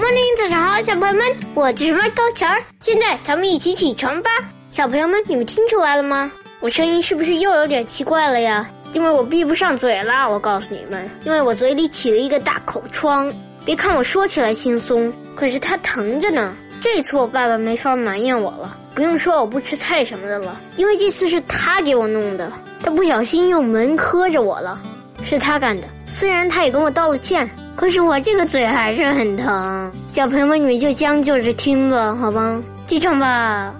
morning， 早上好，小朋友们，我就是麦高乔儿。现在咱们一起起床吧。小朋友们，你们听出来了吗？我声音是不是又有点奇怪了呀？因为我闭不上嘴了，我告诉你们，因为我嘴里起了一个大口疮。别看我说起来轻松，可是它疼着呢。这次我爸爸没法埋怨我了，不用说我不吃菜什么的了，因为这次是他给我弄的，他不小心用门磕着我了，是他干的。虽然他也跟我道了歉，可是我这个嘴还是很疼。小朋友们，你们就将就着听吧，好吧？记上吧。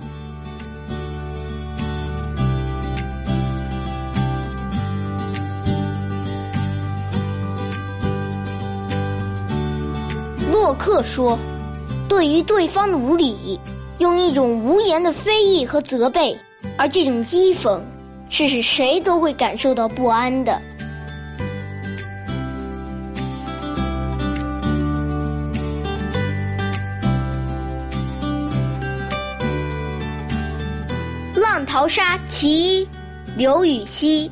洛克说，对于对方的无礼，用一种无言的非议和责备，而这种讥讽是使谁都会感受到不安的。浪淘沙其一，刘禹锡。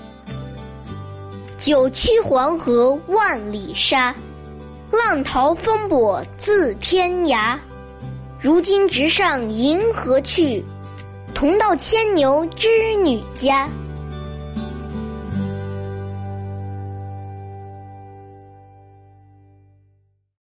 九曲黄河万里沙，浪淘风簸自天涯。如今直上银河去，同到牵牛织女家。